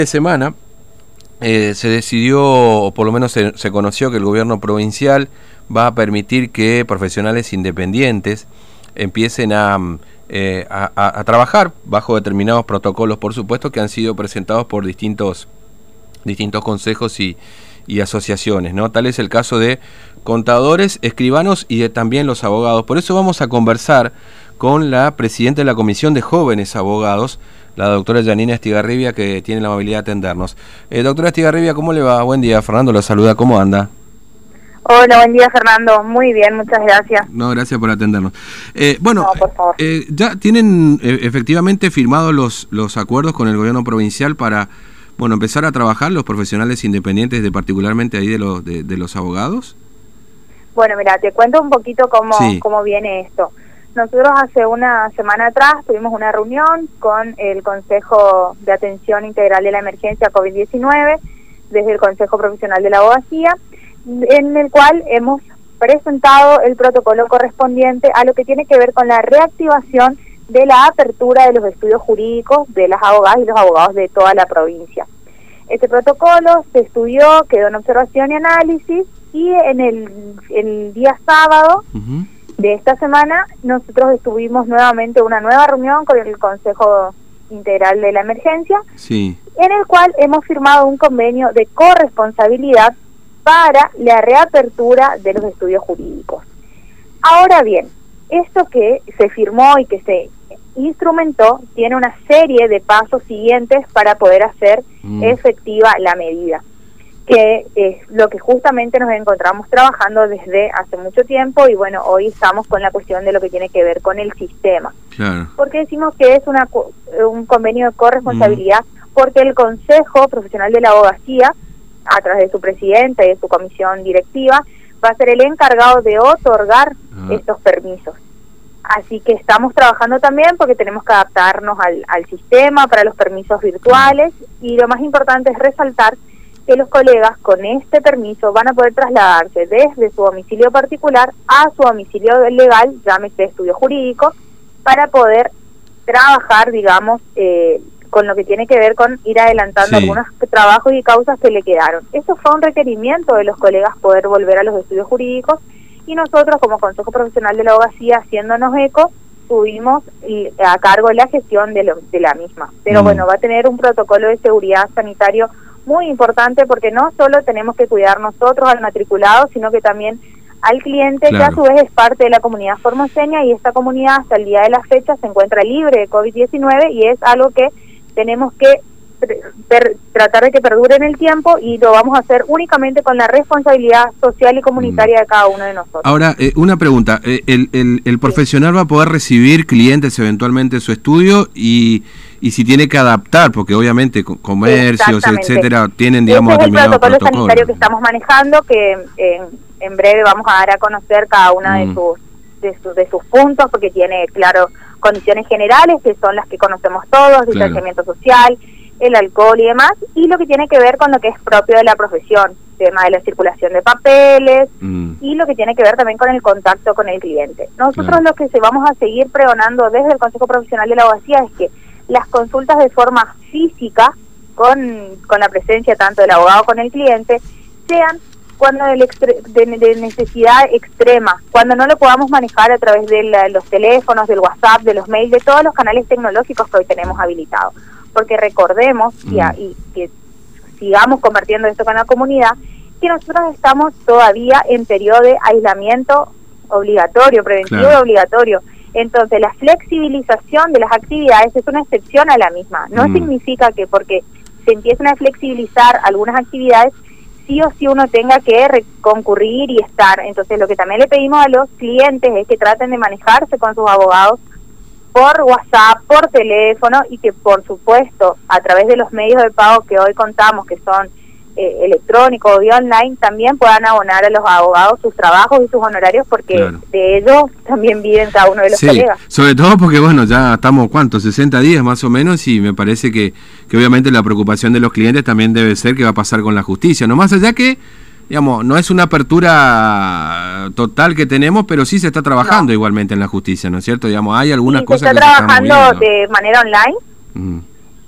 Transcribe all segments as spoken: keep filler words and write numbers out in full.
De semana eh, se decidió, o por lo menos se, se conoció, que el gobierno provincial va a permitir que profesionales independientes empiecen a, eh, a, a, a trabajar bajo determinados protocolos, por supuesto, que han sido presentados por distintos, distintos consejos y, y asociaciones, ¿no? Tal es el caso de contadores, escribanos y de también los abogados. Por eso vamos a conversar con la presidenta de la Comisión de Jóvenes Abogados, la doctora Yanina Estigarribia, que tiene la amabilidad de atendernos. Eh, doctora Estigarribia, ¿cómo le va? Buen día, Fernando lo saluda, ¿cómo anda? Hola, buen día, Fernando. Muy bien, muchas gracias. No, gracias por atendernos. Eh, bueno, no, por favor. Eh, ya tienen eh, efectivamente firmados los, los acuerdos con el gobierno provincial para, bueno, empezar a trabajar los profesionales independientes, de particularmente ahí de los, de, de los abogados. Bueno, mira, te cuento un poquito cómo, sí. cómo viene esto. Nosotros hace una semana atrás tuvimos una reunión con el Consejo de Atención Integral de la Emergencia COVID diecinueve, desde el Consejo Profesional de la Abogacía, en el cual hemos presentado el protocolo correspondiente a lo que tiene que ver con la reactivación de la apertura de los estudios jurídicos de las abogadas y los abogados de toda la provincia. Este protocolo se estudió, quedó en observación y análisis, y en el, el día sábado uh-huh. de esta semana nosotros estuvimos nuevamente en una nueva reunión con el Consejo Integral de la Emergencia, sí. en el cual hemos firmado un convenio de corresponsabilidad para la reapertura de los estudios jurídicos. Ahora bien, esto que se firmó y que se instrumentó tiene una serie de pasos siguientes para poder hacer mm. efectiva la medida, que es lo que justamente nos encontramos trabajando desde hace mucho tiempo, y bueno, hoy estamos con la cuestión de lo que tiene que ver con el sistema. Claro. Porque decimos que es una un convenio de corresponsabilidad, mm. porque el Consejo Profesional de la Abogacía, a través de su presidenta y de su comisión directiva, va a ser el encargado de otorgar ah. estos permisos. Así que estamos trabajando también porque tenemos que adaptarnos al, al sistema para los permisos virtuales, y lo más importante es resaltar que los colegas con este permiso van a poder trasladarse desde su domicilio particular a su domicilio legal, llámese estudio jurídico, para poder trabajar, digamos, eh, con lo que tiene que ver con ir adelantando sí. algunos trabajos y causas que le quedaron. Eso fue un requerimiento de los colegas, poder volver a los estudios jurídicos, y nosotros como Consejo Profesional de la Abogacía, haciéndonos eco, tuvimos a cargo la gestión de, lo, de la misma. Pero mm. bueno, va a tener un protocolo de seguridad sanitario muy importante, porque no solo tenemos que cuidar nosotros al matriculado, sino que también al cliente, claro. que a su vez es parte de la comunidad formoseña, y esta comunidad hasta el día de la fecha se encuentra libre de COVID diecinueve, y es algo que tenemos que per, tratar de que perdure en el tiempo, y lo vamos a hacer únicamente con la responsabilidad social y comunitaria mm. de cada uno de nosotros. Ahora, eh, una pregunta, eh, el, el, el profesional sí. va a poder recibir clientes eventualmente en su estudio, y, y si tiene que adaptar, porque obviamente comercios, etcétera, tienen, digamos, Ese es el determinados protocolo protocolos. sanitario que estamos manejando, que en, en breve vamos a dar a conocer cada una mm. de sus de sus de sus puntos, porque tiene, claro, condiciones generales, que son las que conocemos todos, distanciamiento claro. social, el alcohol y demás, y lo que tiene que ver con lo que es propio de la profesión, tema de la circulación de papeles, mm. y lo que tiene que ver también con el contacto con el cliente. Nosotros claro. lo que se vamos a seguir pregonando desde el Consejo Profesional de la Abogacía es que las consultas de forma física, con, con la presencia tanto del abogado con el cliente, sean cuando de, de, de necesidad extrema, cuando no lo podamos manejar a través de la, los teléfonos, del WhatsApp, de los mails, de todos los canales tecnológicos que hoy tenemos habilitados. Porque recordemos, mm. y, a, y que sigamos compartiendo esto con la comunidad, que nosotros estamos todavía en periodo de aislamiento obligatorio, preventivo claro. y obligatorio. Entonces, la flexibilización de las actividades es una excepción a la misma. No mm. significa que porque se empiecen a flexibilizar algunas actividades, sí o sí uno tenga que concurrir y estar. Entonces, lo que también le pedimos a los clientes es que traten de manejarse con sus abogados por WhatsApp, por teléfono, y que por supuesto a través de los medios de pago que hoy contamos, que son eh, electrónicos o vía online, también puedan abonar a los abogados sus trabajos y sus honorarios, porque claro. de ellos también viven cada uno de los sí, colegas. Sobre todo porque bueno, ya estamos, ¿cuántos? sesenta días más o menos, y me parece que, que obviamente la preocupación de los clientes también debe ser qué va a pasar con la justicia, no más allá que, digamos, no es una apertura total que tenemos, pero sí se está trabajando no. igualmente en la justicia, ¿no es cierto? Digamos, hay algunas sí, cosas se está que trabajando se están moviendo de manera online. Mm.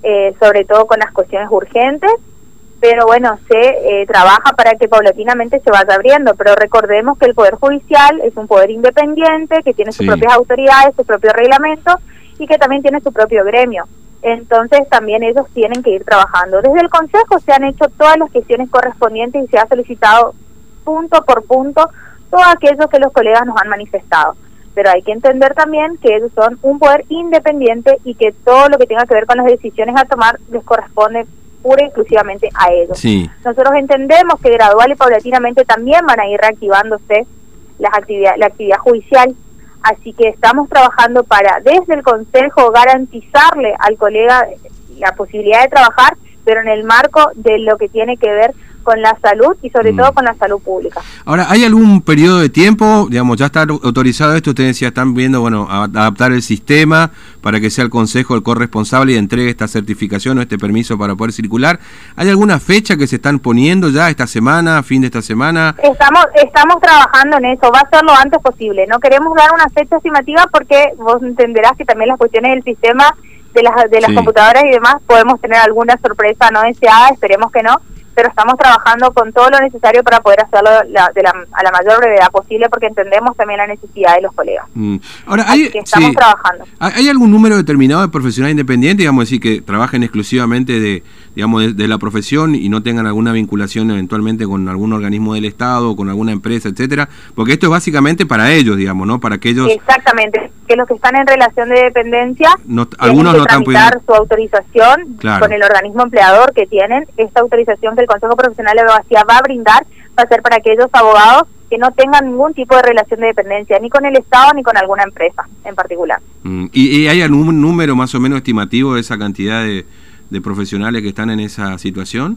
eh, sobre todo con las cuestiones urgentes, pero bueno, se eh, trabaja para que paulatinamente se vaya abriendo, pero recordemos que el Poder Judicial es un poder independiente, que tiene sus sí. propias autoridades, su propio reglamento, y que también tiene su propio gremio. Entonces también ellos tienen que ir trabajando. Desde el Consejo se han hecho todas las gestiones correspondientes y se ha solicitado punto por punto todo aquello que los colegas nos han manifestado. Pero hay que entender también que ellos son un poder independiente y que todo lo que tenga que ver con las decisiones a tomar les corresponde pura y exclusivamente a ellos. Sí. Nosotros entendemos que gradual y paulatinamente también van a ir reactivándose las actividad, la actividad judicial, así que estamos trabajando para desde el Consejo garantizarle al colega la posibilidad de trabajar, pero en el marco de lo que tiene que ver con la salud y sobre mm. todo con la salud pública. Ahora, ¿hay algún periodo de tiempo? Digamos, ya está autorizado esto, ustedes ya están viendo, bueno, a, adaptar el sistema para que sea el Consejo el corresponsable y entregue esta certificación o este permiso para poder circular. ¿Hay alguna fecha que se están poniendo ya esta semana, fin de esta semana? Estamos estamos trabajando en eso, va a ser lo antes posible. No queremos dar una fecha estimativa porque vos entenderás que también las cuestiones del sistema de las, de las sí. computadoras y demás podemos tener alguna sorpresa no deseada, esperemos que no, pero estamos trabajando con todo lo necesario para poder hacerlo la, de la, a la mayor brevedad posible, porque entendemos también la necesidad de los colegas. Mm. Ahora, hay, Así que estamos sí. trabajando. ¿Hay algún número determinado de profesionales independientes, digamos, decir, que trabajen exclusivamente de, digamos, de, de la profesión y no tengan alguna vinculación eventualmente con algún organismo del Estado o con alguna empresa, etcétera? Porque esto es básicamente para ellos, digamos, ¿no? Para que ellos... Exactamente, que los que están en relación de dependencia no, algunos tienen que no están tramitar pudiendo... su autorización claro. con el organismo empleador que tienen. Esta autorización que el Consejo Profesional de Abogacía va a brindar va a ser para aquellos abogados que no tengan ningún tipo de relación de dependencia, ni con el Estado ni con alguna empresa en particular. Mm, ¿y, ¿Y hay algún número más o menos estimativo de esa cantidad de, de profesionales que están en esa situación?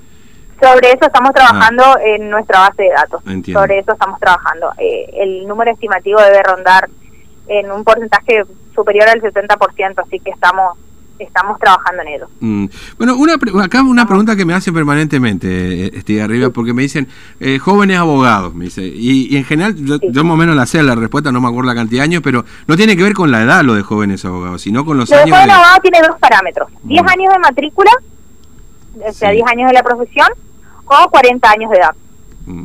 Sobre eso estamos trabajando ah. en nuestra base de datos. Entiendo. Sobre eso estamos trabajando. Eh, el número estimativo debe rondar en un porcentaje superior al setenta por ciento, así que estamos estamos trabajando en ello. Mm. Bueno, una acá una pregunta que me hacen permanentemente, estoy arriba, sí. porque me dicen, eh, jóvenes abogados, me dice, y, y en general, yo, sí. yo más o menos la sé la respuesta, no me acuerdo la cantidad de años, pero no tiene que ver con la edad lo de jóvenes abogados, sino con los lo años... Lo de joven de... abogado tiene dos parámetros, diez mm. años de matrícula, o sea, sí. diez años de la profesión, o cuarenta años de edad. Mm.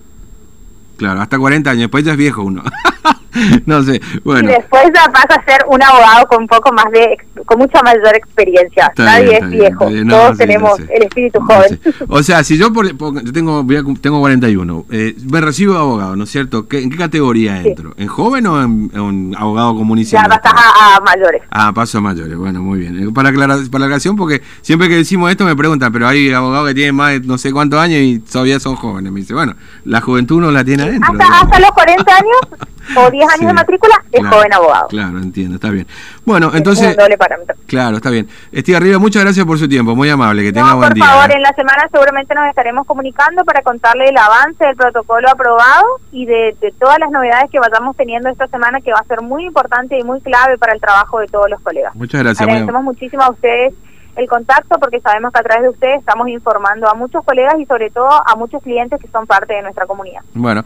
Claro, hasta cuarenta años, después ya es viejo uno. No sé, bueno. Y después ya pasa a ser un abogado con un poco más de, con mucha mayor experiencia. Está Nadie bien, es viejo, bien. No, todos sí, tenemos el espíritu no, joven. Sí. O sea, si yo, por, por, yo tengo tengo cuarenta y uno, eh, me recibo de abogado, ¿no es cierto? ¿Qué, ¿En qué categoría sí. entro? ¿En joven o en, en abogado común y silvestre? Ya pasas a, a mayores. Ah, paso a mayores, bueno, muy bien. Para aclarar, para la aclaración, porque siempre que decimos esto me preguntan, pero hay abogados que tienen más de no sé cuántos años y todavía son jóvenes. Me dice, bueno, la juventud no la tiene adentro. Hasta, hasta los cuarenta años o diez años sí, de matrícula es claro, joven abogado. Claro, entiendo, está bien. Bueno, entonces... Es un doble parámetro. Claro, está bien. Estiva Rivas, muchas gracias por su tiempo, muy amable, que no, tenga buen por día. Por favor, ¿eh? en la semana seguramente nos estaremos comunicando para contarle el avance del protocolo aprobado y de, de todas las novedades que vayamos teniendo esta semana, que va a ser muy importante y muy clave para el trabajo de todos los colegas. Muchas gracias. Agradecemos muy... muchísimo a ustedes el contacto, porque sabemos que a través de ustedes estamos informando a muchos colegas y sobre todo a muchos clientes que son parte de nuestra comunidad. Bueno.